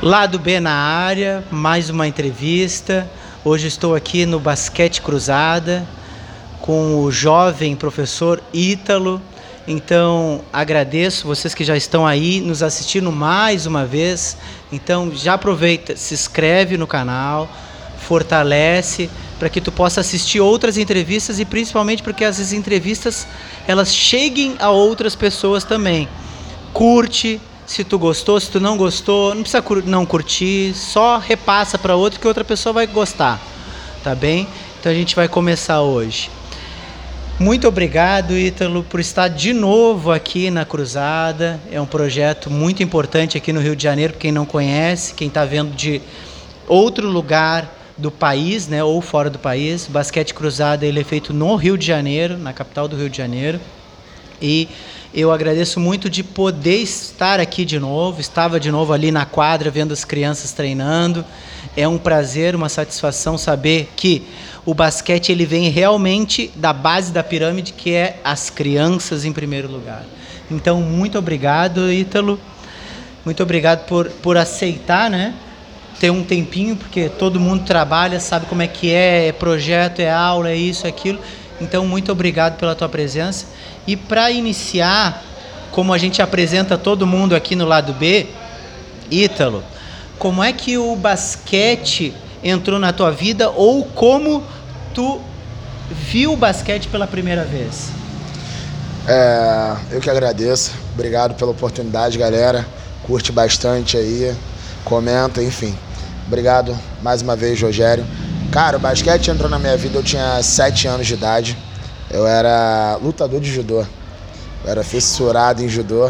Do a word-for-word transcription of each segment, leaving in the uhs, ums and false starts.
Lado B na área, mais uma entrevista. Hoje estou aqui no Basquete Cruzada com o jovem professor Ítalo. Então, agradeço vocês que já estão aí nos assistindo mais uma vez. Então, já aproveita, se inscreve no canal, fortalece para que tu possa assistir outras entrevistas e principalmente para que essas entrevistas elas cheguem a outras pessoas também. Curte, se tu gostou, se tu não gostou, não precisa cur- não curtir, só repassa para outro que outra pessoa vai gostar, tá bem? Então a gente vai começar hoje. Muito obrigado, Ítalo, por estar de novo aqui na Cruzada. É um projeto muito importante aqui no Rio de Janeiro, para quem não conhece, quem está vendo de outro lugar do país, né, ou fora do país. O Basquete Cruzada ele é feito no Rio de Janeiro, na capital do Rio de Janeiro. E eu agradeço muito de poder estar aqui de novo. Estava de novo ali na quadra vendo as crianças treinando. É um prazer, uma satisfação saber que o basquete ele vem realmente da base da pirâmide, que é as crianças em primeiro lugar. Então, muito obrigado, Ítalo. Muito obrigado por, por aceitar, né? Ter um tempinho, porque todo mundo trabalha, sabe como é que é, é projeto, é aula, é isso, é aquilo. Então, muito obrigado pela tua presença. E para iniciar, como a gente apresenta todo mundo aqui no lado B, Ítalo, como é que o basquete entrou na tua vida ou como tu viu o basquete pela primeira vez? É, eu que agradeço. Obrigado pela oportunidade, galera. Curte bastante aí, comenta, enfim. Obrigado mais uma vez, Rogério. Cara, o basquete entrou na minha vida, eu tinha sete anos de idade. Eu era lutador de judô. Eu era fissurado em judô.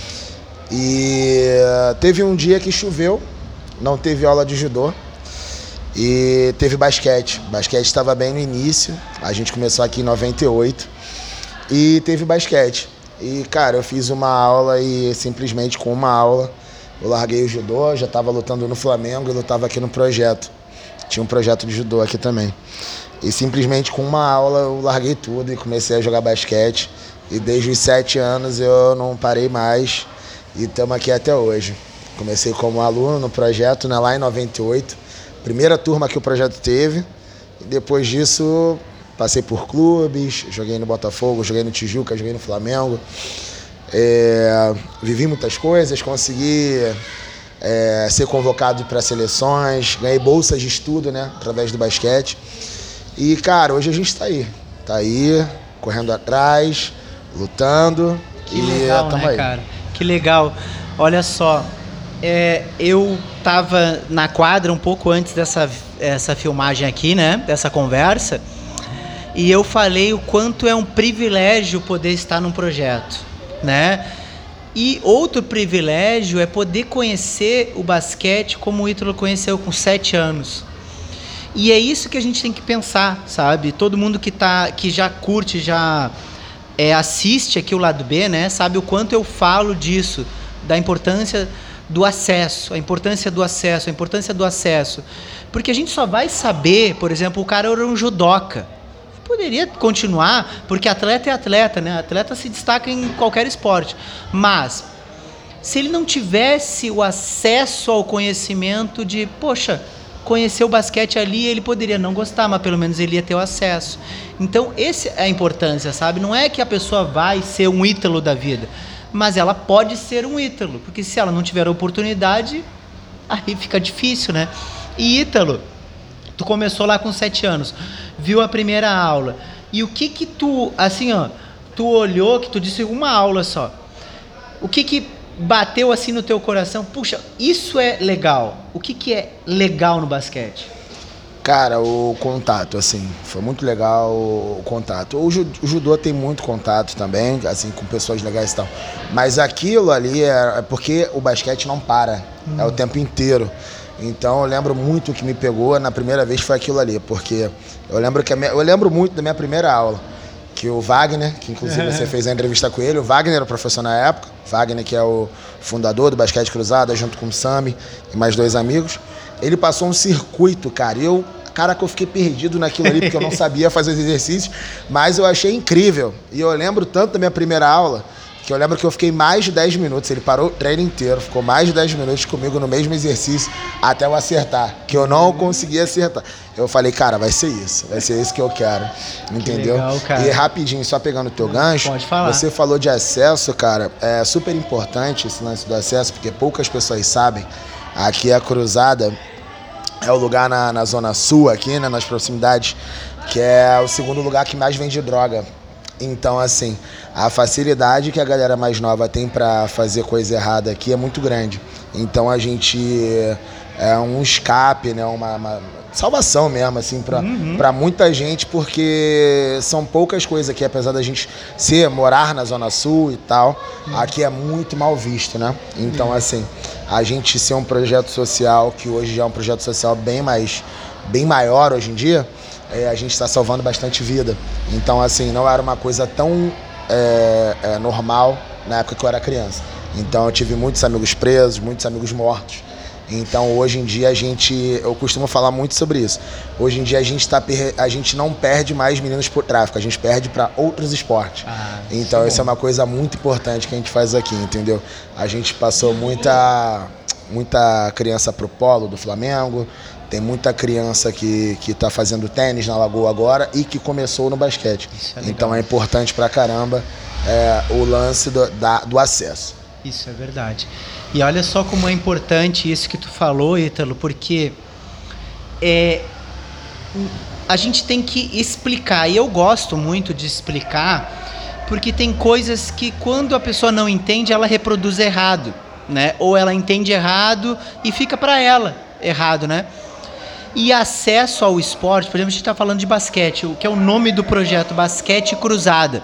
E teve um dia que choveu, não teve aula de judô. E teve basquete. O basquete estava bem no início. A gente começou aqui em noventa e oito. E teve basquete. E, cara, eu fiz uma aula e simplesmente com uma aula eu larguei o judô. Já estava lutando no Flamengo e lutava aqui no projeto. Tinha um projeto de judô aqui também. E simplesmente com uma aula eu larguei tudo e comecei a jogar basquete. E desde os sete anos eu não parei mais e estamos aqui até hoje. Comecei como aluno no projeto, né, lá em noventa e oito. Primeira turma que o projeto teve. E depois disso passei por clubes, joguei no Botafogo, joguei no Tijuca, joguei no Flamengo. É, vivi muitas coisas, consegui é, ser convocado para seleções, ganhei bolsas de estudo, né, através do basquete. E, cara, hoje a gente tá aí. Tá aí, correndo atrás, lutando. Que e legal, tamo né, aí. cara? Que legal. Olha só, é, eu tava na quadra um pouco antes dessa essa filmagem aqui, né? Dessa conversa. E eu falei o quanto é um privilégio poder estar num projeto, né? E outro privilégio é poder conhecer o basquete como o Ítalo conheceu com sete anos. E é isso que a gente tem que pensar, sabe? Todo mundo que, tá, que já curte, já é, assiste aqui o lado B, né? Sabe o quanto eu falo disso, da importância do acesso, a importância do acesso, a importância do acesso. Porque a gente só vai saber, por exemplo, o cara era um judoca. Poderia continuar, porque atleta é atleta, né? Atleta se destaca em qualquer esporte. Mas, se ele não tivesse o acesso ao conhecimento de, poxa, conhecer o basquete ali, ele poderia não gostar, mas pelo menos ele ia ter o acesso. Então, essa é a importância, sabe? Não é que a pessoa vai ser um Ítalo da vida, mas ela pode ser um Ítalo, porque se ela não tiver a oportunidade, aí fica difícil, né? E Ítalo, tu começou lá com sete anos, viu a primeira aula, e o que que tu, assim, ó, tu olhou, que tu disse uma aula só, o que que bateu assim no teu coração? Puxa, isso é legal. O que que é legal no basquete? Cara, o contato, assim, foi muito legal o contato. O judô tem muito contato também, assim, com pessoas legais e tal. Mas aquilo ali é porque o basquete não para, hum. é o tempo inteiro. Então eu lembro muito que me pegou na primeira vez foi aquilo ali, porque eu lembro, que minha, eu lembro muito da minha primeira aula, que o Wagner, que inclusive você fez a entrevista com ele, o Wagner era o professor na época, Wagner que é o fundador do Basquete Cruzada, junto com o Sami e mais dois amigos, ele passou um circuito, cara, e eu, cara, que eu fiquei perdido naquilo ali, porque eu não sabia fazer os exercícios, mas eu achei incrível, e eu lembro tanto da minha primeira aula, que eu lembro que eu fiquei mais de dez minutos, ele parou o treino inteiro, ficou mais de dez minutos comigo no mesmo exercício até eu acertar, que eu não conseguia acertar. Eu falei, cara, vai ser isso, vai ser isso que eu quero, entendeu? Que legal, cara. E rapidinho, só pegando o teu gancho, Pode falar. Você falou de acesso, cara, é super importante esse lance do acesso, porque poucas pessoas sabem, aqui a Cruzada é o lugar na, na Zona Sul, aqui, né, nas proximidades, que é o segundo lugar que mais vende droga. Então, assim, a facilidade que a galera mais nova tem pra fazer coisa errada aqui é muito grande. Então, a gente é um escape, né, uma, uma salvação mesmo, assim, pra, uhum. pra muita gente, porque são poucas coisas aqui, apesar da gente ser, morar na Zona Sul e tal, uhum. aqui é muito mal visto, né? Então, uhum. assim, a gente ser um projeto social, que hoje já é um projeto social bem mais, bem maior hoje em dia, é, a gente está salvando bastante vida. Então, assim, não era uma coisa tão é, é, normal na época que eu era criança. Então, eu tive muitos amigos presos, muitos amigos mortos. Então, hoje em dia, a gente... Eu costumo falar muito sobre isso. Hoje em dia, a gente, tá, a gente não perde mais meninos por tráfico, a gente perde para outros esportes. Ah, então, isso é uma coisa muito importante que a gente faz aqui, entendeu? A gente passou muita, muita criança pro polo do Flamengo, tem muita criança que que tá fazendo tênis na Lagoa agora e que começou no basquete. É então, é importante pra caramba é, o lance do, da, do acesso. Isso é verdade. E olha só como é importante isso que tu falou, Ítalo, porque é, a gente tem que explicar, e eu gosto muito de explicar, porque tem coisas que quando a pessoa não entende, ela reproduz errado, né? Ou ela entende errado e fica para ela errado, né? E acesso ao esporte, por exemplo, a gente está falando de basquete, o que é o nome do projeto, Basquete Cruzada.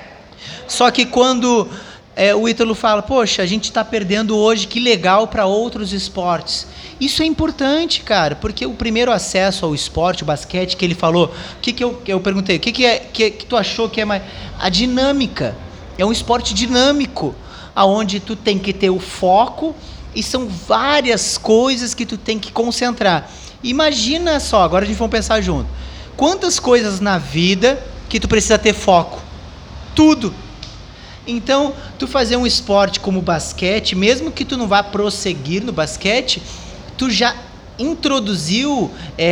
Só que quando... É, o Ítalo fala, poxa, a gente está perdendo hoje, que legal para outros esportes. Isso é importante, cara, porque o primeiro acesso ao esporte, o basquete, que ele falou, o que, que eu, eu perguntei, o que, que, é, que, que tu achou que é mais... A dinâmica, é um esporte dinâmico, onde tu tem que ter o foco e são várias coisas que tu tem que concentrar. Imagina só, agora a gente vai pensar junto, quantas coisas na vida que tu precisa ter foco? Tudo. Então, tu fazer um esporte como o basquete, mesmo que tu não vá prosseguir no basquete, tu já introduziu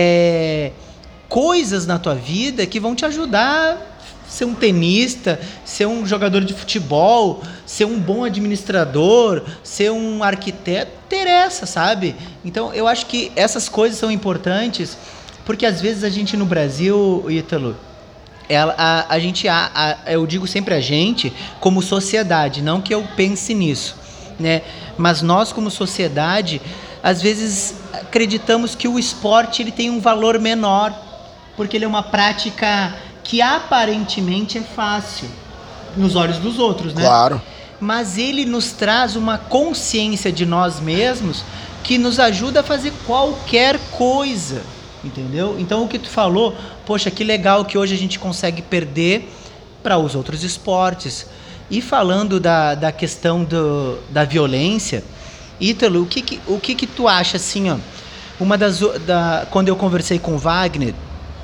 é, coisas na tua vida que vão te ajudar a ser um tenista, ser um jogador de futebol, ser um bom administrador, ser um arquiteto, interessa, sabe? Então, eu acho que essas coisas são importantes, porque às vezes a gente no Brasil, Ítalo, Ela, a, a gente, a, a, eu digo sempre a gente, como sociedade, não que eu pense nisso, né? Mas nós como sociedade, às vezes acreditamos que o esporte ele tem um valor menor, porque ele é uma prática que aparentemente é fácil, nos olhos dos outros, né? Claro. Mas ele nos traz uma consciência de nós mesmos que nos ajuda a fazer qualquer coisa. Entendeu? Então o que tu falou, poxa, que legal que hoje a gente consegue perder para os outros esportes. E falando da, da questão do, da violência, Ítalo, o que que, o que que tu acha assim, ó? Uma das, da, quando eu conversei com o Wagner,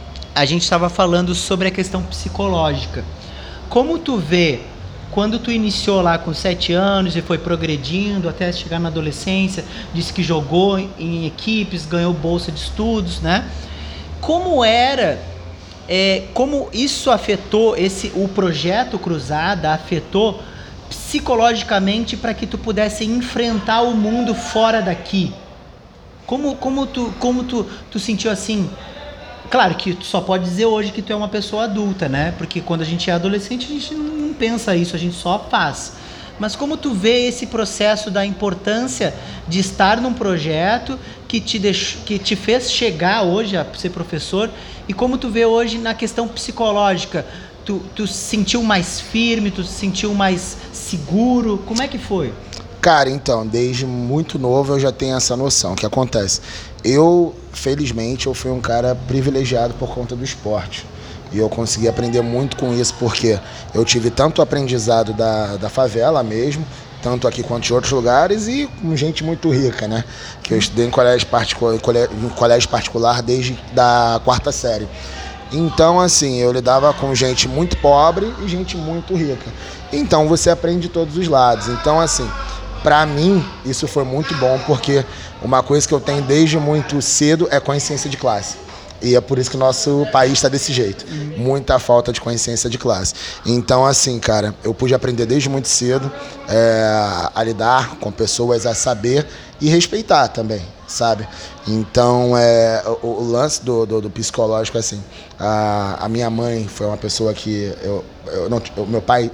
a gente estava falando sobre a questão psicológica. Como tu vê, quando tu iniciou lá com sete anos e foi progredindo até chegar na adolescência, disse que jogou em equipes, ganhou bolsa de estudos, né? Como era, é, como isso afetou, esse, o projeto Cruzada afetou psicologicamente para que tu pudesse enfrentar o mundo fora daqui? Como, como, tu, como tu, tu sentiu assim? Claro que tu só pode dizer hoje que tu é uma pessoa adulta, né? Porque quando a gente é adolescente, a gente não pensa isso, a gente só faz. Mas como tu vê esse processo da importância de estar num projeto que te, deixou, que te fez chegar hoje a ser professor, e como tu vê hoje na questão psicológica? Tu, tu se sentiu mais firme, tu se sentiu mais seguro? Como é que foi? Cara, então, desde muito novo eu já tenho essa noção. O que acontece? Eu, felizmente, eu fui um cara privilegiado por conta do esporte. E eu consegui aprender muito com isso, porque eu tive tanto aprendizado da, da favela mesmo, tanto aqui quanto em outros lugares, e com gente muito rica, né? Que eu estudei em colégio particular, em colégio particular desde da quarta série. Então, assim, eu lidava com gente muito pobre e gente muito rica. Então você aprende de todos os lados. Então, assim, pra mim, isso foi muito bom, porque uma coisa que eu tenho desde muito cedo é consciência de classe. E é por isso que o nosso país está desse jeito. Muita falta de consciência de classe. Então, assim, cara, eu pude aprender desde muito cedo é, a lidar com pessoas, a saber e respeitar também, sabe? Então, é, o, o lance do, do, do psicológico, assim, a, a minha mãe foi uma pessoa que... Eu, eu não, eu, meu pai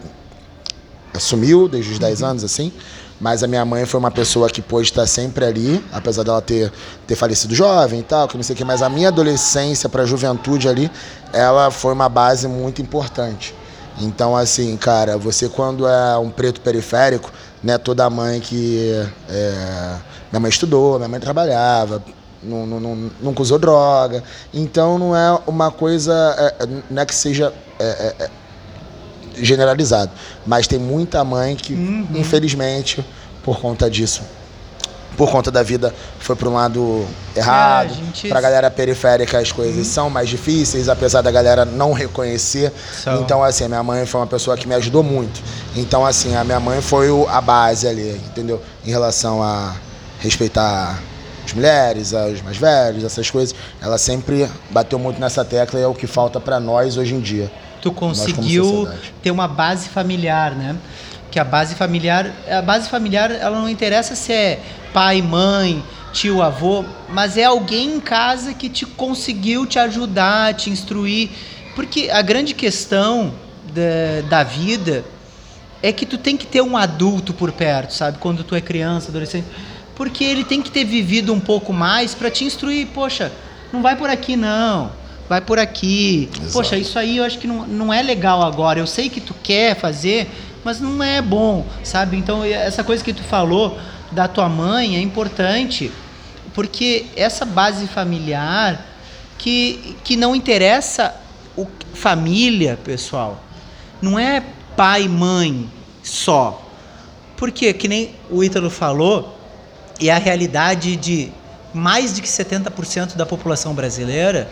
sumiu desde os dez anos, assim, mas a minha mãe foi uma pessoa que pôde estar sempre ali, apesar dela ter, ter falecido jovem e tal, que não sei o que, mas a minha adolescência para a juventude ali, ela foi uma base muito importante. Então, assim, cara, você quando é um preto periférico, né, toda mãe que... É, minha mãe estudou, minha mãe trabalhava, não, não, não, nunca usou droga, então não é uma coisa, é, não é que seja... É, é, generalizado, mas tem muita mãe que, uhum. infelizmente, por conta disso, por conta da vida, foi para um lado errado. É, gente... Para a galera periférica as coisas uhum. são mais difíceis, apesar da galera não reconhecer. São. Então, assim, a minha mãe foi uma pessoa que me ajudou muito. Então, assim, a minha mãe foi a base ali, entendeu? Em relação a respeitar as mulheres, os mais velhos, essas coisas. Ela sempre bateu muito nessa tecla e é o que falta para nós hoje em dia. Tu conseguiu ter uma base familiar, né? Que a base familiar, a base familiar, ela não interessa se é pai, mãe, tio, avô, mas é alguém em casa que te conseguiu te ajudar, te instruir, porque a grande questão da, da vida é que tu tem que ter um adulto por perto, sabe? Quando tu é criança, adolescente, porque ele tem que ter vivido um pouco mais para te instruir. Poxa, não vai por aqui não. Vai por aqui. Exato. Poxa, isso aí eu acho que não, não é legal agora. Eu sei que tu quer fazer, mas não é bom, sabe? Então, essa coisa que tu falou da tua mãe é importante, porque essa base familiar que, que não interessa o, família, pessoal, não é pai e mãe só. Porque, que nem o Ítalo falou, é a realidade de mais de setenta por cento da população brasileira.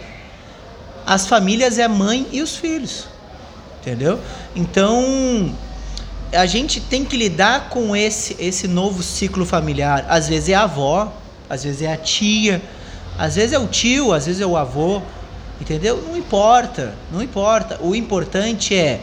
As famílias é a mãe e os filhos, entendeu? Então, a gente tem que lidar com esse, esse novo ciclo familiar. Às vezes é a avó, às vezes é a tia, às vezes é o tio, às vezes é o avô, entendeu? Não importa, não importa. O importante é,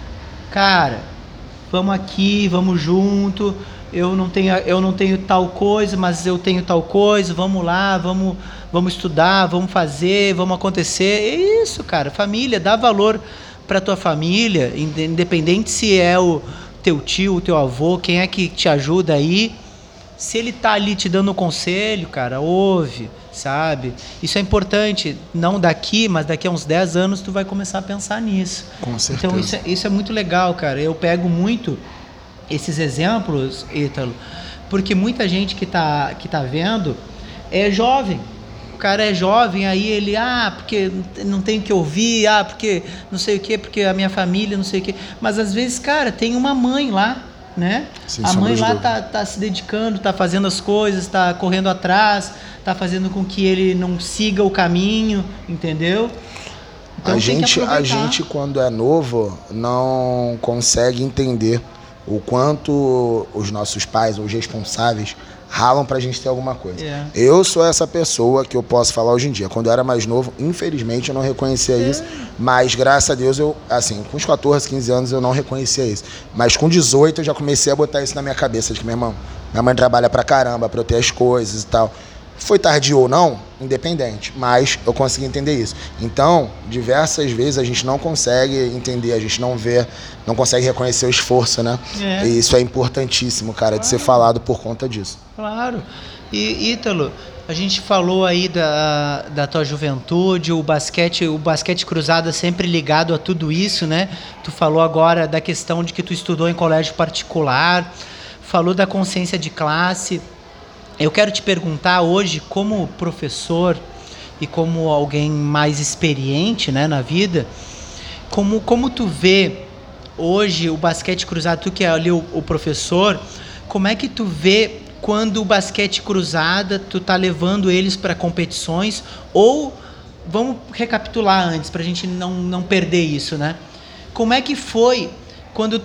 cara, vamos aqui, vamos junto, eu não tenho, eu não tenho tal coisa, mas eu tenho tal coisa, vamos lá, vamos... Vamos estudar, vamos fazer, vamos acontecer. É isso, cara. Família, dá valor para tua família, independente se é o teu tio, o teu avô, quem é que te ajuda aí. Se ele tá ali te dando um conselho, cara, ouve, sabe? Isso é importante, não daqui, mas daqui a uns dez anos tu vai começar a pensar nisso. Com certeza. Então isso é, isso é muito legal, cara. Eu pego muito esses exemplos, Ítalo, porque muita gente que tá, que tá vendo é jovem. O cara é jovem, aí ele, ah, porque não tem o que ouvir, ah, porque não sei o quê, porque a minha família, não sei o quê. Mas às vezes, cara, tem uma mãe lá, né? Sim, a mãe lá tá, tá se dedicando, tá fazendo as coisas, tá correndo atrás, tá fazendo com que ele não siga o caminho, entendeu? Então, a gente, a gente, quando é novo, não consegue entender o quanto os nossos pais, os responsáveis, ralam pra gente ter alguma coisa. Yeah. Eu sou essa pessoa que eu posso falar hoje em dia. Quando eu era mais novo, infelizmente eu não reconhecia yeah. isso, mas graças a Deus eu, assim, com uns catorze, quinze anos eu não reconhecia isso. Mas com dezoito eu já comecei a botar isso na minha cabeça, de que, meu irmão, minha mãe trabalha pra caramba pra eu ter as coisas e tal. Foi tardio ou não, independente, mas eu consegui entender isso. Então, diversas vezes a gente não consegue entender, a gente não vê, não consegue reconhecer o esforço, né? É. E isso é importantíssimo, cara, claro. De ser falado por conta disso. Claro. E, Ítalo, a gente falou aí da, da tua juventude, o basquete, o basquete cruzado é sempre ligado a tudo isso, né? Tu falou agora da questão de que tu estudou em colégio particular, falou da consciência de classe. Eu quero te perguntar hoje, como professor e como alguém mais experiente, né, na vida, como, como tu vê hoje o basquete cruzado, tu que é ali o, o professor, como é que tu vê quando o basquete cruzado, tu tá levando eles para competições, ou, vamos recapitular antes, para a gente não, não perder isso, né? Como é que foi quando tu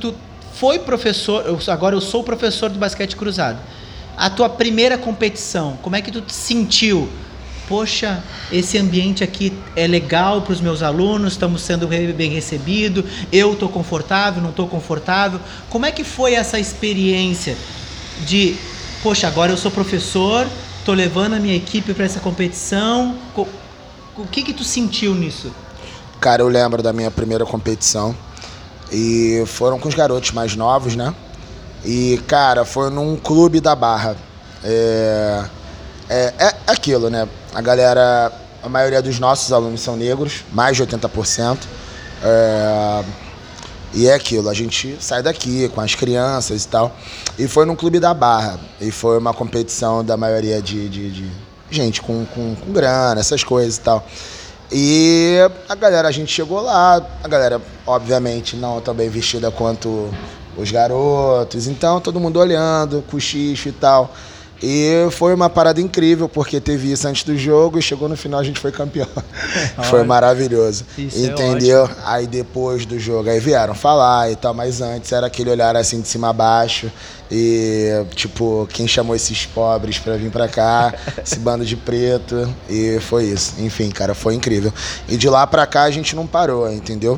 foi professor, eu, agora eu sou professor do basquete cruzado. A tua primeira competição, como é que tu te sentiu? Poxa, esse ambiente aqui é legal para os meus alunos, estamos sendo bem recebidos, eu estou confortável, não estou confortável. Como é que foi essa experiência de, poxa, agora eu sou professor, estou levando a minha equipe para essa competição? O que que tu sentiu nisso? Cara, eu lembro da minha primeira competição e foram com os garotos mais novos, né? E, cara, foi num clube da Barra. É, é, é aquilo, né? A galera, a maioria dos nossos alunos são negros, mais de oitenta por cento. É, e é aquilo, a gente sai daqui com as crianças e tal. E foi num clube da Barra. E foi uma competição da maioria de, de, de gente com, com, com grana, essas coisas e tal. E a galera, a gente chegou lá, a galera, obviamente, não tão bem vestida quanto os garotos. Então, todo mundo olhando, cochicho e tal. E foi uma parada incrível, porque teve isso antes do jogo e chegou no final a gente foi campeão. Foi maravilhoso. Isso entendeu? É aí depois do jogo, aí vieram falar e tal, mas antes era aquele olhar assim de cima a baixo. E tipo, quem chamou esses pobres pra vir pra cá, esse bando de preto, e foi isso. Enfim, cara, foi incrível. E de lá pra cá a gente não parou, entendeu?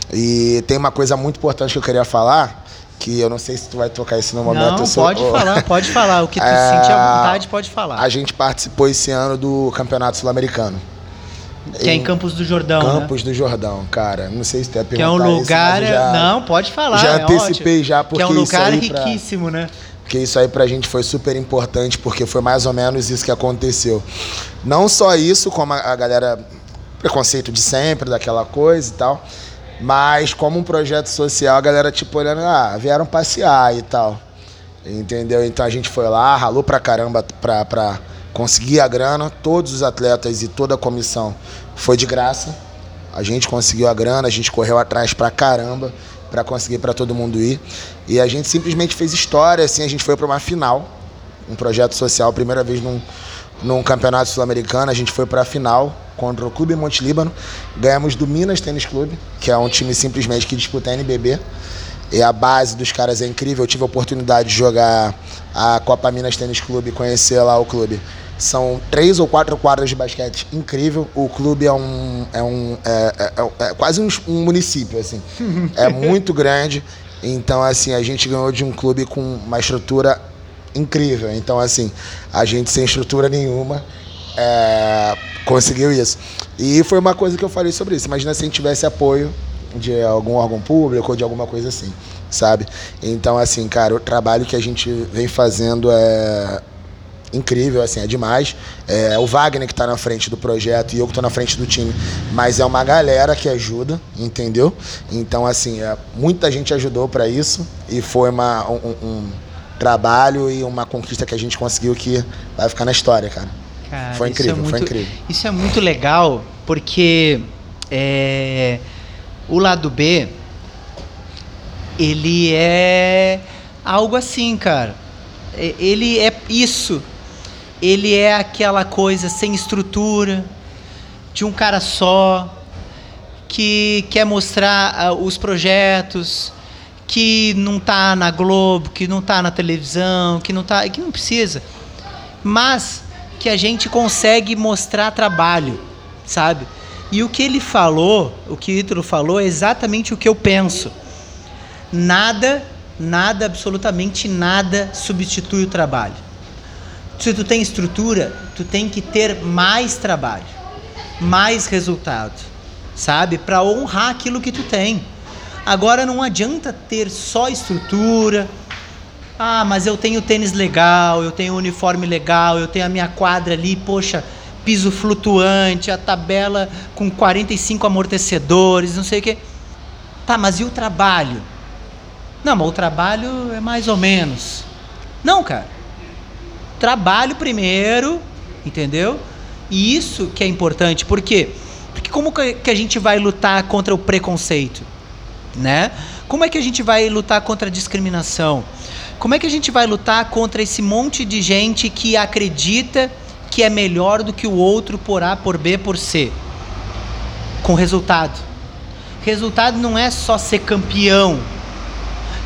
E tem uma coisa muito importante que eu queria falar, que eu não sei se tu vai tocar isso no momento. Não, sou, pode oh, falar, pode falar. O que tu é, sentir à vontade, pode falar. A gente participou esse ano do Campeonato Sul-Americano. Que é em Campos do Jordão, Campos né? do Jordão, cara. Não sei se tu ia perguntar. Que é um lugar... Isso, já, não, pode falar. Já é antecipei ótimo. já, porque que é um lugar riquíssimo, pra, né? Porque isso aí pra gente foi super importante, porque foi mais ou menos isso que aconteceu. Não só isso, como a, a galera... Preconceito de sempre, daquela coisa e tal. Mas como um projeto social, a galera tipo olhando, ah, vieram passear e tal. Entendeu? Então a gente foi lá, ralou pra caramba pra, pra conseguir a grana. Todos os atletas e toda a comissão foi de graça. A gente conseguiu a grana, a gente correu atrás pra caramba pra conseguir pra todo mundo ir. E a gente simplesmente fez história, assim, a gente foi pra uma final. Um projeto social, primeira vez num, num campeonato sul-americano, a gente foi pra final contra o Clube Monte Líbano, ganhamos do Minas Tênis Clube, que é um time simplesmente que disputa a N B B, e a base dos caras é incrível. Eu tive a oportunidade de jogar a Copa Minas Tênis Clube e conhecer lá o clube. São três ou quatro quadras de basquete incrível. O clube é um é um é, é, é quase um, um município, assim. É muito grande. Então, assim, a gente ganhou de um clube com uma estrutura incrível. Então, assim, a gente sem estrutura nenhuma É, conseguiu isso. E foi uma coisa que eu falei sobre isso. Imagina se a gente tivesse apoio de algum órgão público ou de alguma coisa assim, sabe? Então, assim, cara, o trabalho que a gente vem fazendo é incrível, assim, é demais. É o Wagner que tá na frente do projeto e eu que tô na frente do time, mas é uma galera que ajuda, entendeu? Então, assim, é, muita gente ajudou para isso e foi uma, um, um trabalho e uma conquista que a gente conseguiu que vai ficar na história, cara. Cara, foi incrível, é muito, foi incrível. Isso é muito legal, porque é, o lado B, ele é algo assim, cara. Ele é isso. Ele é aquela coisa sem estrutura, de um cara só, que quer mostrar uh, os projetos, que não tá na Globo, que não tá na televisão, que não tá, que não precisa. Mas que a gente consegue mostrar trabalho, sabe? E o que ele falou, o que o Ítalo falou, é exatamente o que eu penso. Nada, nada, absolutamente nada substitui o trabalho. Se tu tem estrutura, tu tem que ter mais trabalho, mais resultado, sabe? Para honrar aquilo que tu tem. Agora não adianta ter só estrutura. Ah, mas eu tenho tênis legal, eu tenho uniforme legal, eu tenho a minha quadra ali, poxa, piso flutuante, a tabela com quarenta e cinco amortecedores, não sei o quê. Tá, mas e o trabalho? Não, mas o trabalho é mais ou menos. Não, cara. Trabalho primeiro, entendeu? E isso que é importante. Por quê? Porque como que a gente vai lutar contra o preconceito, né? Como é que a gente vai lutar contra a discriminação? Como é que a gente vai lutar contra esse monte de gente que acredita que é melhor do que o outro por A, por B, por C? Com resultado. Resultado não é só ser campeão.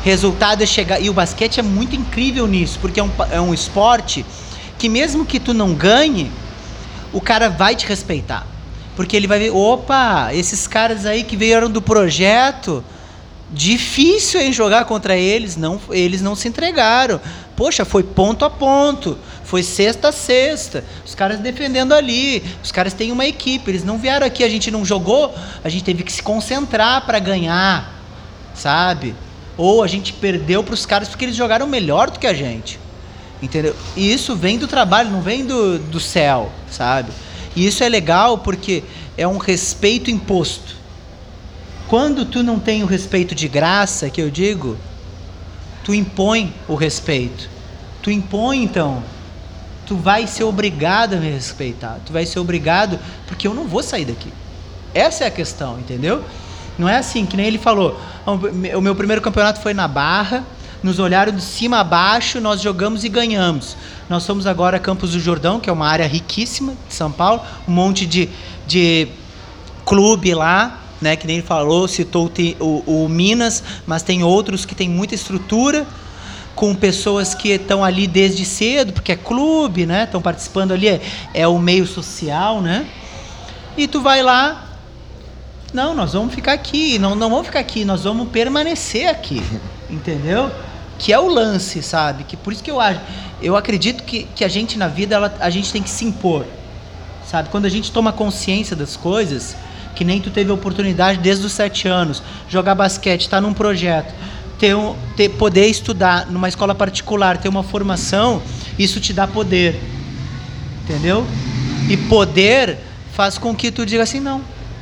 Resultado é chegar... E o basquete é muito incrível nisso, porque é um, é um esporte que mesmo que tu não ganhe, o cara vai te respeitar. Porque ele vai ver, opa, esses caras aí que vieram do projeto, difícil em jogar contra eles, não, eles não se entregaram. Poxa, foi ponto a ponto, foi sexta a sexta, os caras defendendo ali, os caras têm uma equipe, eles não vieram aqui, a gente não jogou, a gente teve que se concentrar para ganhar, sabe? Ou a gente perdeu para os caras porque eles jogaram melhor do que a gente, entendeu? E isso vem do trabalho, não vem do, do céu, sabe? E isso é legal porque é um respeito imposto. Quando tu não tem o respeito de graça, que eu digo, tu impõe o respeito. Tu impõe, então, tu vai ser obrigado a me respeitar. Tu vai ser obrigado, porque eu não vou sair daqui. Essa é a questão, entendeu? Não é assim, que nem ele falou, o meu primeiro campeonato foi na Barra, nos olharam de cima a baixo, nós jogamos e ganhamos. Nós somos agora a Campos do Jordão, que é uma área riquíssima de São Paulo, um monte de, de clube lá, né, que nem ele falou, citou o, o Minas, mas tem outros que tem muita estrutura, com pessoas que estão ali desde cedo, porque é clube, né, estão participando ali, é, é o meio social, né, e tu vai lá, não, nós vamos ficar aqui, não, não vamos ficar aqui, nós vamos permanecer aqui, entendeu? Que é o lance, sabe, que por isso que eu acho, eu acredito que, que a gente na vida, ela, a gente tem que se impor, sabe, quando a gente toma consciência das coisas, que nem tu teve a oportunidade desde os sete anos, jogar basquete, estar num projeto, ter um, ter, poder estudar numa escola particular, ter uma formação, isso te dá poder, entendeu? E poder faz com que tu diga assim, não,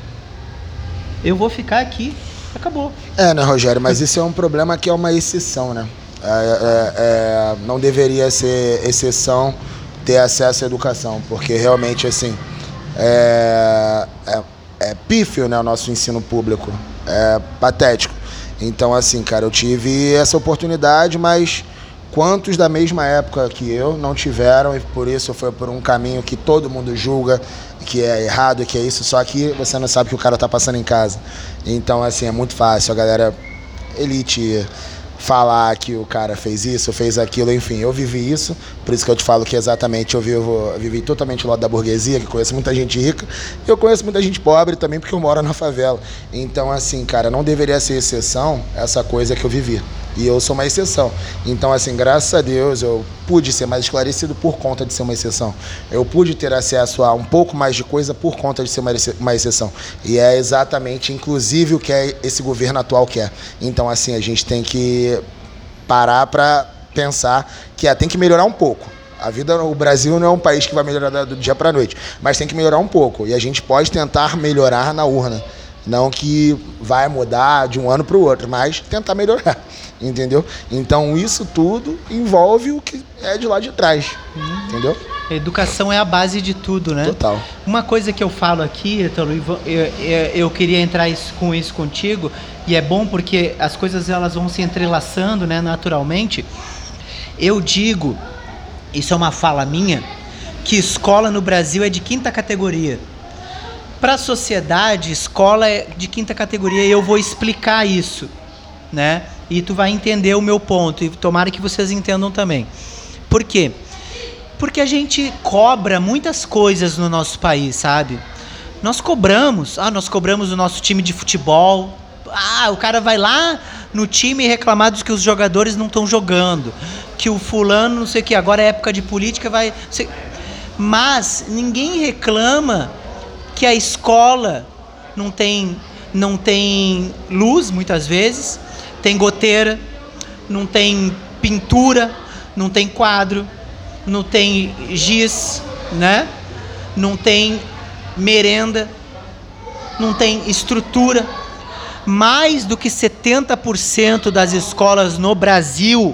eu vou ficar aqui, acabou. É, né, Rogério, mas isso é um problema que é uma exceção, né? É, é, é, não deveria ser exceção ter acesso à educação, porque realmente, assim, é... é É pífio, né, o nosso ensino público, é patético. Então, assim, cara, eu tive essa oportunidade, mas quantos da mesma época que eu não tiveram, e por isso foi por um caminho que todo mundo julga que é errado, que é isso, só que você não sabe o que o cara tá passando em casa. Então, assim, é muito fácil a galera elite falar que o cara fez isso, fez aquilo, enfim, eu vivi isso, por isso que eu te falo que exatamente eu, vivo, eu vivi totalmente do lado da burguesia, que conheço muita gente rica, e eu conheço muita gente pobre também, porque eu moro na favela. Então, assim, cara, não deveria ser exceção essa coisa que eu vivi, e eu sou uma exceção. Então, assim, graças a Deus, eu pude ser mais esclarecido por conta de ser uma exceção. Eu pude ter acesso a um pouco mais de coisa por conta de ser uma exceção. E é exatamente, inclusive, o que é esse governo atual quer. Então, assim, a gente tem que parar para pensar que ah, tem que melhorar um pouco. A vida, o Brasil não é um país que vai melhorar do dia para a noite, mas tem que melhorar um pouco. E a gente pode tentar melhorar na urna. Não que vai mudar de um ano para o outro, mas tentar melhorar, entendeu? Então isso tudo envolve o que é de lá de trás, hum. entendeu? A educação é a base de tudo, né? Total. Uma coisa que eu falo aqui, Ítalo, eu, eu, eu queria entrar isso, com isso contigo, e é bom porque as coisas elas vão se entrelaçando, né, naturalmente. Eu digo, isso é uma fala minha, que escola no Brasil é de quinta categoria. Para a sociedade, escola é de quinta categoria, e eu vou explicar isso, né? E tu vai entender o meu ponto, e tomara que vocês entendam também. Por quê? Porque a gente cobra muitas coisas no nosso país, sabe? Nós cobramos, ah, nós cobramos o nosso time de futebol, ah, o cara vai lá no time reclamar dos que os jogadores não estão jogando, que o fulano, não sei o que, agora é época de política, vai... Sei... Mas ninguém reclama que a escola não tem, não tem luz, muitas vezes, tem goteira, não tem pintura, não tem quadro, não tem giz, né? Não tem merenda, não tem estrutura. Mais do que setenta por cento das escolas no Brasil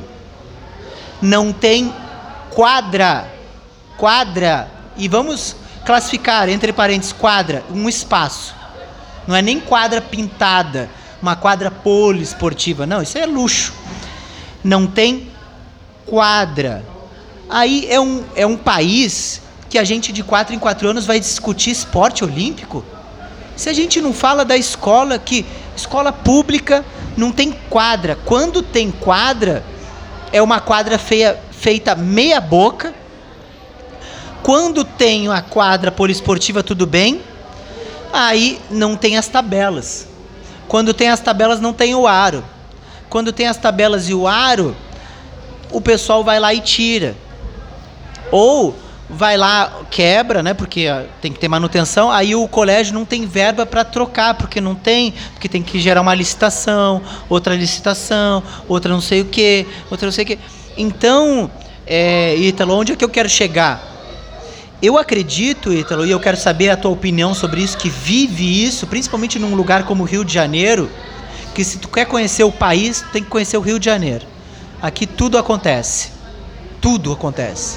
não tem quadra, quadra, e vamos classificar, entre parênteses, quadra, um espaço. Não é nem quadra pintada, uma quadra poliesportiva. Não, isso é luxo. Não tem quadra. Aí é um, é um país que a gente de quatro em quatro anos vai discutir esporte olímpico. Se a gente não fala da escola, que escola pública não tem quadra. Quando tem quadra, é uma quadra feia, feita meia boca. Quando tem a quadra poliesportiva, tudo bem. Aí não tem as tabelas. Quando tem as tabelas, não tem o aro. Quando tem as tabelas e o aro, o pessoal vai lá e tira. Ou vai lá, quebra, né? Porque tem que ter manutenção. Aí o colégio não tem verba para trocar, porque não tem, porque tem que gerar uma licitação, outra licitação, outra não sei o quê, outra não sei o quê. Então, é, Ítalo, onde é que eu quero chegar? Eu acredito, Ítalo, e eu quero saber a tua opinião sobre isso, que vive isso, principalmente num lugar como o Rio de Janeiro, que se tu quer conhecer o país, tu tem que conhecer o Rio de Janeiro. Aqui tudo acontece. Tudo acontece.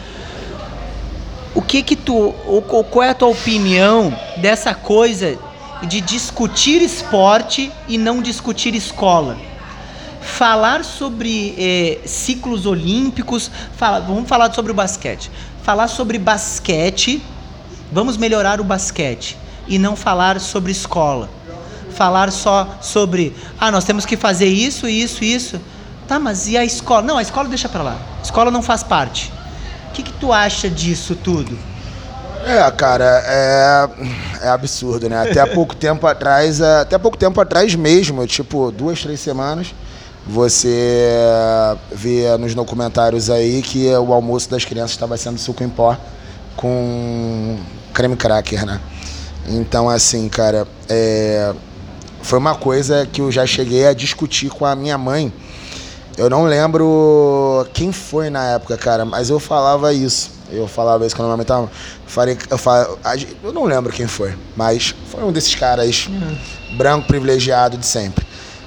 O que que tu, qual é a tua opinião dessa coisa de discutir esporte e não discutir escola? Falar sobre eh, ciclos olímpicos, fala, vamos falar sobre o basquete. Falar sobre basquete, vamos melhorar o basquete e não falar sobre escola. Falar só sobre, ah, nós temos que fazer isso, isso, isso. Tá, mas e a escola? Não, a escola deixa pra lá. A escola não faz parte. O que que tu acha disso tudo? É, cara, é, é absurdo, né? Até há pouco tempo atrás, até há pouco tempo atrás mesmo, tipo, duas, três semanas, você via nos documentários aí que o almoço das crianças estava sendo suco em pó com creme cracker, né? Então, assim, cara, é, foi uma coisa que eu já cheguei a discutir com a minha mãe. Eu não lembro quem foi na época, cara, mas eu falava isso. Eu falava isso quando a minha mãe tava... Falei, eu, falei, eu não lembro quem foi, mas foi um desses caras uhum. branco, privilegiado de sempre.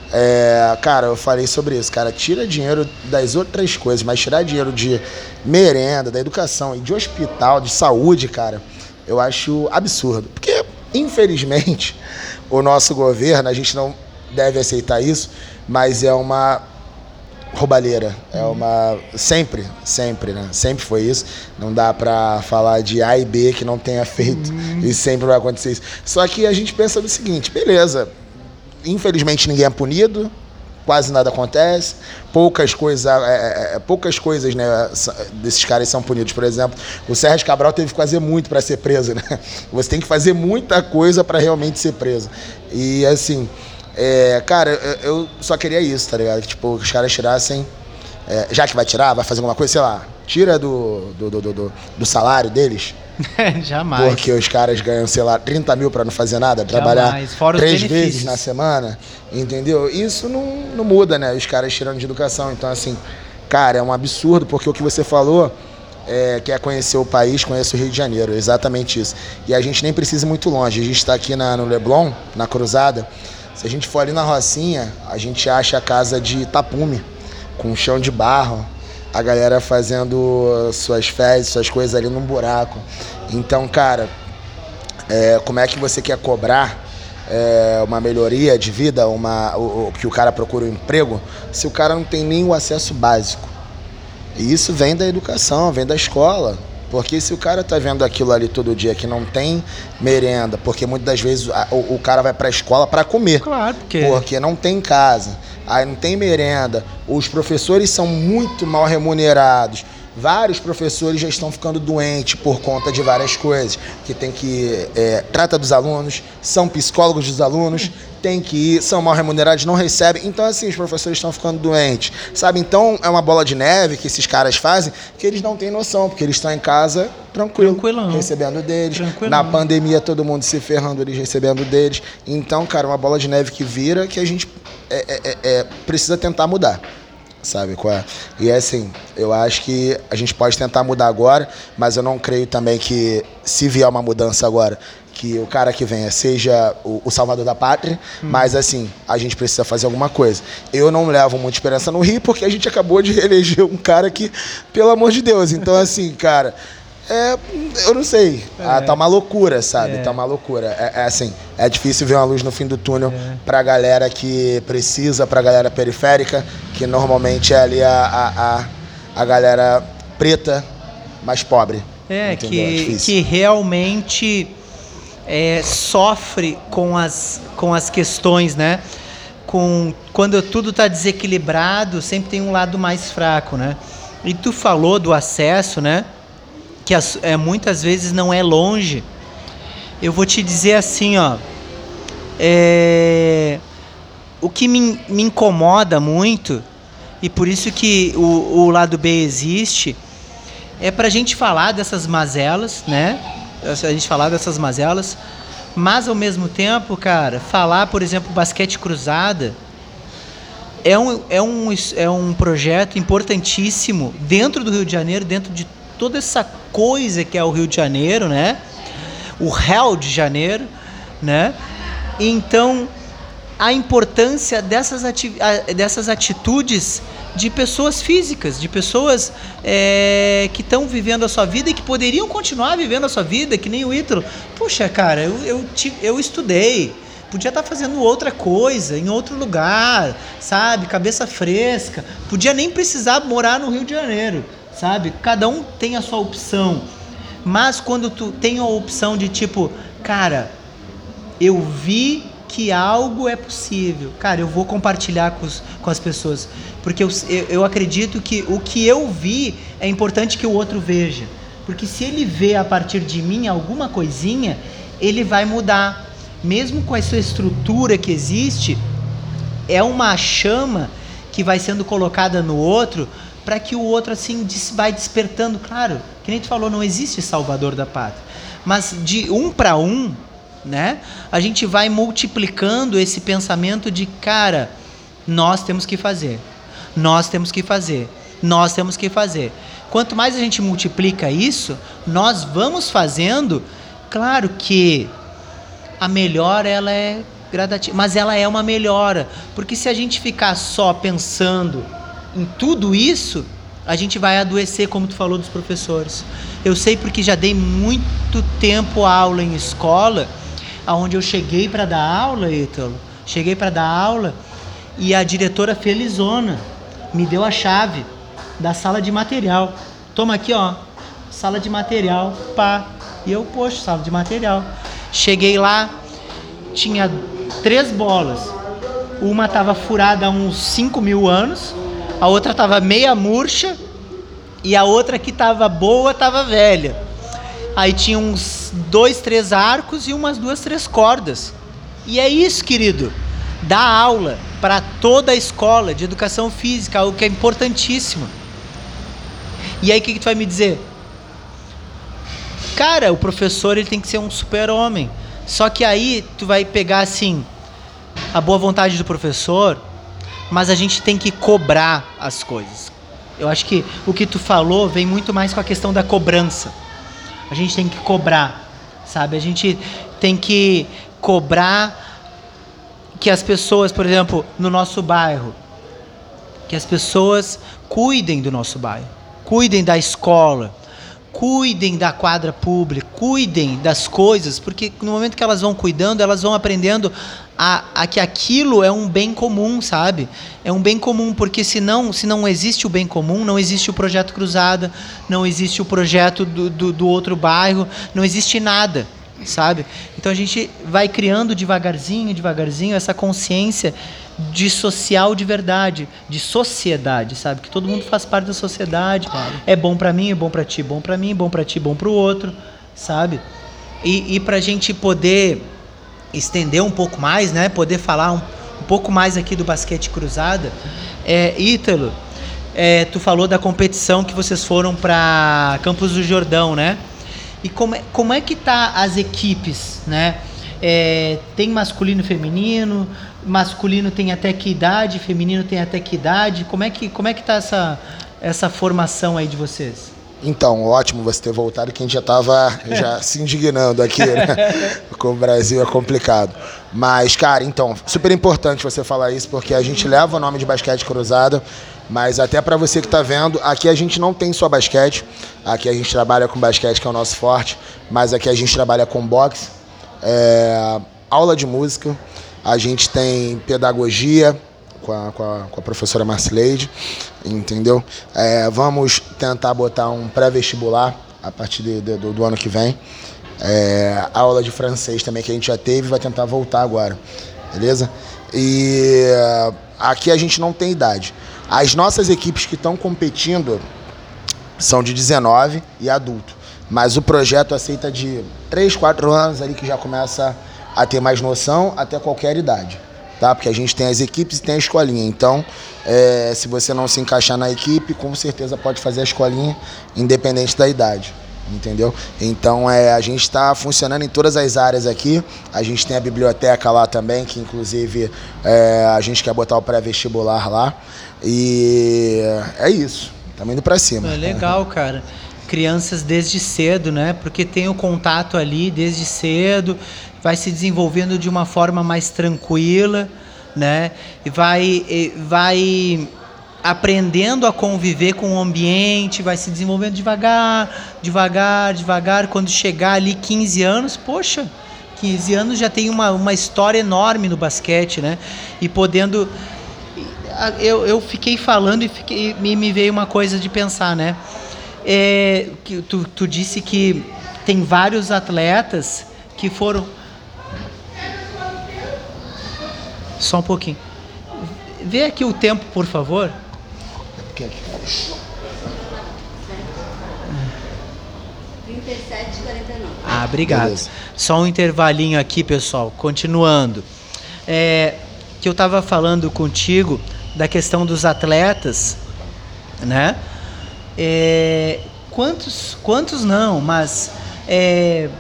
É, cara, eu falei sobre isso, cara, tira dinheiro das outras coisas, mas tirar dinheiro de merenda, da educação e de hospital, de saúde, cara, eu acho absurdo. Porque, infelizmente, o nosso governo, a gente não deve aceitar isso, mas é uma roubalheira, é uma... Sempre, sempre, né? Sempre foi isso. Não dá pra falar de A e B que não tenha feito uhum. e sempre vai acontecer isso. Só que a gente pensa no seguinte, beleza, infelizmente ninguém é punido, quase nada acontece, poucas coisas, é, é, poucas coisas, né, desses caras são punidos. Por exemplo, o Sérgio Cabral teve que fazer muito para ser preso, né? Você tem que fazer muita coisa para realmente ser preso. E assim, é, cara, eu, eu só queria isso, tá ligado? Que, tipo, os caras tirassem, é, já que vai tirar, vai fazer alguma coisa, sei lá, tira do, do, do, do, do salário deles. Jamais. Porque os caras ganham, sei lá, trinta mil para não fazer nada, trabalhar três vezes na semana, entendeu? Isso não, não muda, né? Os caras tirando de educação. Então, assim, cara, é um absurdo, porque o que você falou é, quer conhecer o país, conhece o Rio de Janeiro, exatamente isso. E a gente nem precisa ir muito longe. A gente está aqui na, no Leblon, na Cruzada. Se a gente for ali na Rocinha, a gente acha a casa de tapume, com chão de barro. A galera fazendo suas fezes, suas coisas ali num buraco. Então, cara, é, como é que você quer cobrar é, uma melhoria de vida, uma, o, o, que o cara procura um emprego, se o cara não tem nem o acesso básico? E isso vem da educação, vem da escola. Porque se o cara tá vendo aquilo ali todo dia que não tem merenda, porque muitas das vezes a, o, o cara vai pra escola para comer. Claro, porque... porque não tem casa, aí não tem merenda, os professores são muito mal remunerados. Vários professores já estão ficando doentes por conta de várias coisas, que tem que é, trata dos alunos, são psicólogos dos alunos, tem que ir, são mal remunerados, não recebem. Então, assim, os professores estão ficando doentes, sabe? Então, é uma bola de neve que esses caras fazem, que eles não têm noção, porque eles estão em casa tranquilo, Tranquilão. recebendo deles. Tranquilão. Na pandemia, todo mundo se ferrando, eles recebendo deles. Então, cara, uma bola de neve que vira, que a gente é, é, é, precisa tentar mudar. Sabe qual é? E é assim, eu acho que a gente pode tentar mudar agora, mas eu não creio também que, se vier uma mudança agora, que o cara que venha seja o, o salvador da pátria, hum. mas assim, a gente precisa fazer alguma coisa. Eu não levo muita esperança no Rio, porque a gente acabou de reeleger um cara que, pelo amor de Deus, então assim, cara... É, eu não sei, é. ah, tá uma loucura, sabe? É. Tá uma loucura. É, é assim, é difícil ver uma luz no fim do túnel é. pra galera que precisa, pra galera periférica, que normalmente é ali a, a, a, a galera preta, mais pobre. É, que, é que realmente é, sofre com as, com as questões, né? Com, quando tudo está desequilibrado, sempre tem um lado mais fraco, né? E tu falou do acesso, né? Que as, é, muitas vezes não é longe. Eu vou te dizer assim, ó. É, o que me, me incomoda muito, e por isso que o, o lado B existe, é pra gente falar dessas mazelas, né? A gente falar dessas mazelas, mas ao mesmo tempo, cara, falar, por exemplo, basquete cruzada é um, é um, é um projeto importantíssimo dentro do Rio de Janeiro, dentro de toda essa coisa que é o Rio de Janeiro, né? O Rio de Janeiro, né? Então, a importância dessas, ati- dessas atitudes de pessoas físicas, de pessoas é, que estão vivendo a sua vida e que poderiam continuar vivendo a sua vida, que nem o Ítalo. Puxa, cara, eu, eu, eu estudei, podia estar fazendo outra coisa, em outro lugar, sabe? Cabeça fresca, podia nem precisar morar no Rio de Janeiro, sabe? Cada um tem a sua opção, mas quando tu tem a opção de tipo, cara, eu vi que algo é possível, cara, eu vou compartilhar com, os, com as pessoas, porque eu, eu, eu acredito que o que eu vi é importante que o outro veja, porque se ele vê a partir de mim alguma coisinha, ele vai mudar, mesmo com essa estrutura que existe, é uma chama que vai sendo colocada no outro, para que o outro assim vai despertando, claro, que nem tu falou, não existe salvador da pátria, mas de um para um, né? A gente vai multiplicando esse pensamento de, cara, nós temos que fazer, nós temos que fazer, nós temos que fazer. Quanto mais a gente multiplica isso, nós vamos fazendo. Claro que a melhora ela é gradativa, mas ela é uma melhora, porque se a gente ficar só pensando em tudo isso, a gente vai adoecer, como tu falou dos professores. Eu sei porque já dei muito tempo aula em escola, aonde eu cheguei para dar aula, Ítalo, cheguei para dar aula e a diretora felizona me deu a chave da sala de material. Toma aqui, ó, sala de material, pá. E eu, poxa, sala de material. Cheguei lá, tinha três bolas. Uma tava furada há uns cinco mil anos, a outra tava meia murcha e a outra que tava boa tava velha. Aí tinha uns dois, três arcos e umas duas, três cordas. E é isso, querido. Dar aula para toda a escola de educação física, algo que é importantíssimo. E aí o que, que tu vai me dizer? Cara, o professor ele tem que ser um super-homem. Só que aí tu vai pegar assim a boa vontade do professor, mas a gente tem que cobrar as coisas. Eu acho que o que tu falou vem muito mais com a questão da cobrança. A gente tem que cobrar, sabe? A gente tem que cobrar que as pessoas, por exemplo, no nosso bairro, que as pessoas cuidem do nosso bairro, cuidem da escola, cuidem da quadra pública, cuidem das coisas, porque no momento que elas vão cuidando, elas vão aprendendo a, a que aquilo é um bem comum, sabe? É um bem comum, porque se não, se não existe o bem comum, não existe o projeto Cruzada, não existe o projeto do, do, do outro bairro, não existe nada, sabe? Então a gente vai criando devagarzinho, devagarzinho, essa consciência de social de verdade, de sociedade, sabe? Que todo mundo faz parte da sociedade. Claro. É bom pra mim, é bom pra ti, bom pra mim, bom pra ti, bom pro outro, sabe? E, e pra gente poder estender um pouco mais, né? Poder falar um, um pouco mais aqui do basquete cruzada. É, Ítalo, é, tu falou da competição que vocês foram pra Campos do Jordão, né? E como é, como é que tá as equipes, né? É, tem masculino e feminino, masculino tem até que idade, feminino tem até que idade, como é que, como é que tá essa, essa formação aí de vocês? Então, ótimo você ter voltado, que a gente já estava já se indignando aqui, né? Com o Brasil é complicado. Mas, cara, então, super importante você falar isso, porque a gente leva o nome de basquete cruzada, mas até para você que está vendo, aqui a gente não tem só basquete, aqui a gente trabalha com basquete, que é o nosso forte, mas aqui a gente trabalha com boxe, é, aula de música, a gente tem pedagogia com a, com a, com a professora Marcileide, entendeu? É, vamos tentar botar um pré-vestibular a partir de, de, do, do ano que vem. É, aula de francês também que a gente já teve, vai tentar voltar agora, beleza? E aqui a gente não tem idade. As nossas equipes que estão competindo são de dezenove e adulto, mas o projeto aceita de três, quatro anos ali que já começa a ter mais noção até qualquer idade, tá? Porque a gente tem as equipes e tem a escolinha, então é, se você não se encaixar na equipe, com certeza pode fazer a escolinha independente da idade. Entendeu? Então é, a gente está funcionando em todas as áreas aqui. A gente tem a biblioteca lá também, que inclusive é, a gente quer botar o pré-vestibular lá. E é isso, estamos indo para cima. É legal, cara. Crianças desde cedo, né? Porque tem o contato ali desde cedo, vai se desenvolvendo de uma forma mais tranquila, né? E vai, e vai aprendendo a conviver com o ambiente, vai se desenvolvendo devagar, devagar, devagar. Quando chegar ali quinze anos, poxa, quinze anos já tem uma, uma história enorme no basquete, né? E podendo... Eu, eu fiquei falando e, fiquei, e me veio uma coisa de pensar, né? É, que tu, tu disse que tem vários atletas que foram... Só um pouquinho. Vê aqui o tempo, por favor. trinta e sete e quarenta e nove. Ah, obrigado. Beleza. Só um intervalinho aqui, pessoal. Continuando. É, que eu estava falando contigo da questão dos atletas, né? É, quantos, quantos não, mas é,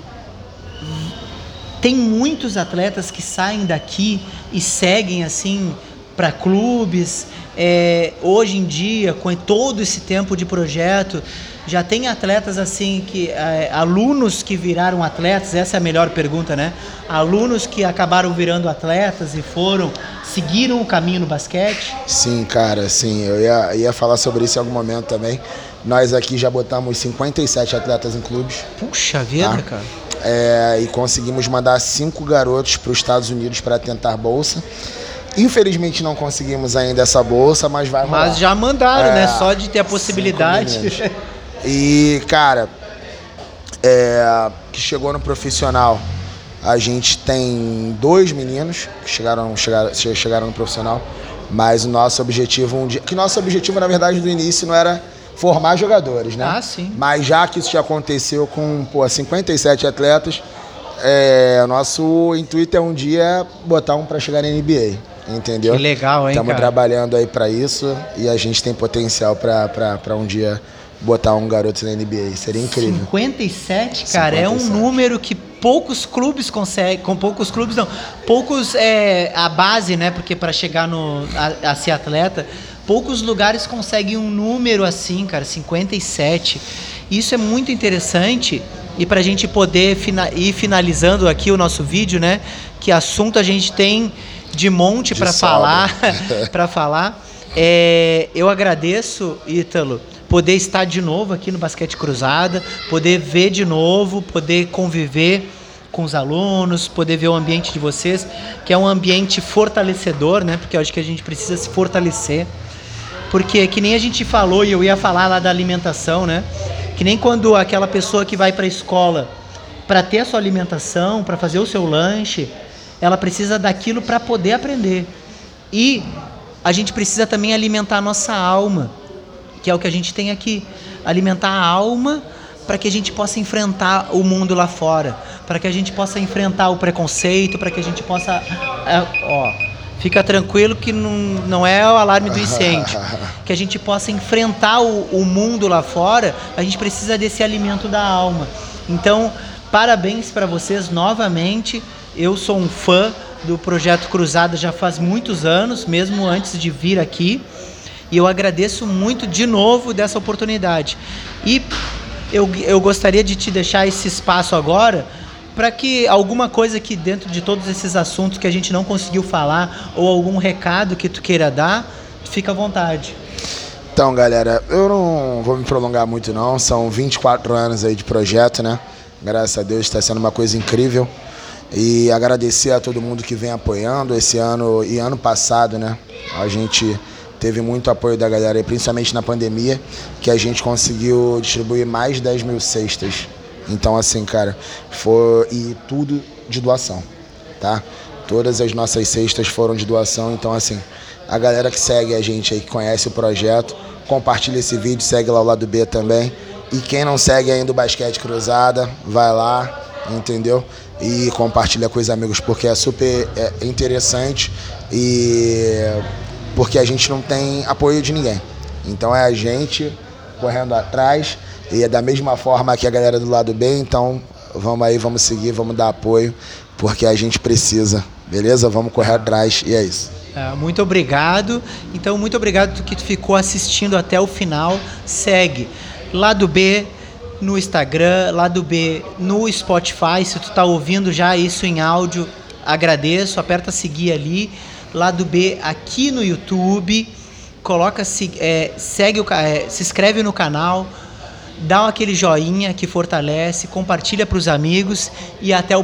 tem muitos atletas que saem daqui e seguem assim para clubes. É, hoje em dia, com todo esse tempo de projeto, já tem atletas assim que é, alunos que viraram atletas. Essa é a melhor pergunta, né? Alunos que acabaram virando atletas e foram seguiram o caminho no basquete. Sim, cara, sim. Eu ia, ia falar sobre isso em algum momento também. Nós aqui já botamos cinquenta e sete atletas em clubes. Puxa vida, tá? cara. É, e conseguimos mandar cinco garotos para os Estados Unidos para tentar bolsa. Infelizmente não conseguimos ainda essa bolsa, mas vai rolar. Mas já mandaram, é, né? Só de ter a possibilidade. E, cara, é, que chegou no profissional, a gente tem dois meninos que chegaram, chegaram, chegaram no profissional, mas o nosso objetivo um dia, que nosso objetivo na verdade do início não era formar jogadores, né? Ah, sim. Mas já que isso já aconteceu com pô, cinquenta e sete atletas, é, o nosso intuito é um dia botar um para chegar na N B A. Entendeu? Que legal, hein, Estamos cara? trabalhando aí para isso e a gente tem potencial para um dia botar um garoto na N B A. Seria incrível. cinquenta e sete, cara, é um cinquenta e sete. número que poucos clubes conseguem, com poucos clubes não, poucos, é, a base, né, porque para chegar no, a, a ser atleta, poucos lugares conseguem um número assim, cara, cinquenta e sete. Isso é muito interessante e para a gente poder fina, ir finalizando aqui o nosso vídeo, né, que assunto a gente tem de monte para falar, para falar. É, eu agradeço, Ítalo, poder estar de novo aqui no Basquete Cruzada, poder ver de novo, poder conviver com os alunos, poder ver o ambiente de vocês, que é um ambiente fortalecedor, né? Porque eu acho que a gente precisa se fortalecer. Porque que nem a gente falou, e eu ia falar lá da alimentação, né? Que nem quando aquela pessoa que vai para a escola para ter a sua alimentação, para fazer o seu lanche, ela precisa daquilo para poder aprender. E a gente precisa também alimentar a nossa alma, que é o que a gente tem aqui. Alimentar a alma para que a gente possa enfrentar o mundo lá fora, para que a gente possa enfrentar o preconceito, para que a gente possa... É, ó, fica tranquilo que não, não é o alarme do incêndio. Que a gente possa enfrentar o, o mundo lá fora, a gente precisa desse alimento da alma. Então, parabéns para vocês novamente. Eu sou um fã do Projeto Cruzada já faz muitos anos, mesmo antes de vir aqui. E eu agradeço muito de novo dessa oportunidade. E eu, eu gostaria de te deixar esse espaço agora para que alguma coisa que dentro de todos esses assuntos que a gente não conseguiu falar ou algum recado que tu queira dar, fica à vontade. Então, galera, eu não vou me prolongar muito não, são vinte e quatro anos aí de projeto, né? Graças a Deus está sendo uma coisa incrível. E agradecer a todo mundo que vem apoiando esse ano e ano passado, né? A gente teve muito apoio da galera, principalmente na pandemia, que a gente conseguiu distribuir mais de dez mil cestas Então, assim, cara, foi... E tudo de doação, tá? Todas as nossas cestas foram de doação. Então, assim, a galera que segue a gente aí, que conhece o projeto, compartilha esse vídeo, segue lá o Lado B também. E quem não segue ainda o Basquete Cruzada, vai lá, entendeu? E compartilha com os amigos, porque é super é interessante e porque a gente não tem apoio de ninguém. Então é a gente correndo atrás e é da mesma forma que a galera do Lado B. Então vamos aí, vamos seguir, vamos dar apoio, porque a gente precisa, beleza? Vamos correr atrás e é isso. É, muito obrigado. Então, muito obrigado que tu ficou assistindo até o final. Segue Lado B no Instagram, Lado B no Spotify. Se tu tá ouvindo já isso em áudio, agradeço. Aperta seguir ali. Lado B aqui no YouTube. Coloca, se, é, segue o, é, se inscreve no canal, dá aquele joinha que fortalece, compartilha para os amigos e até o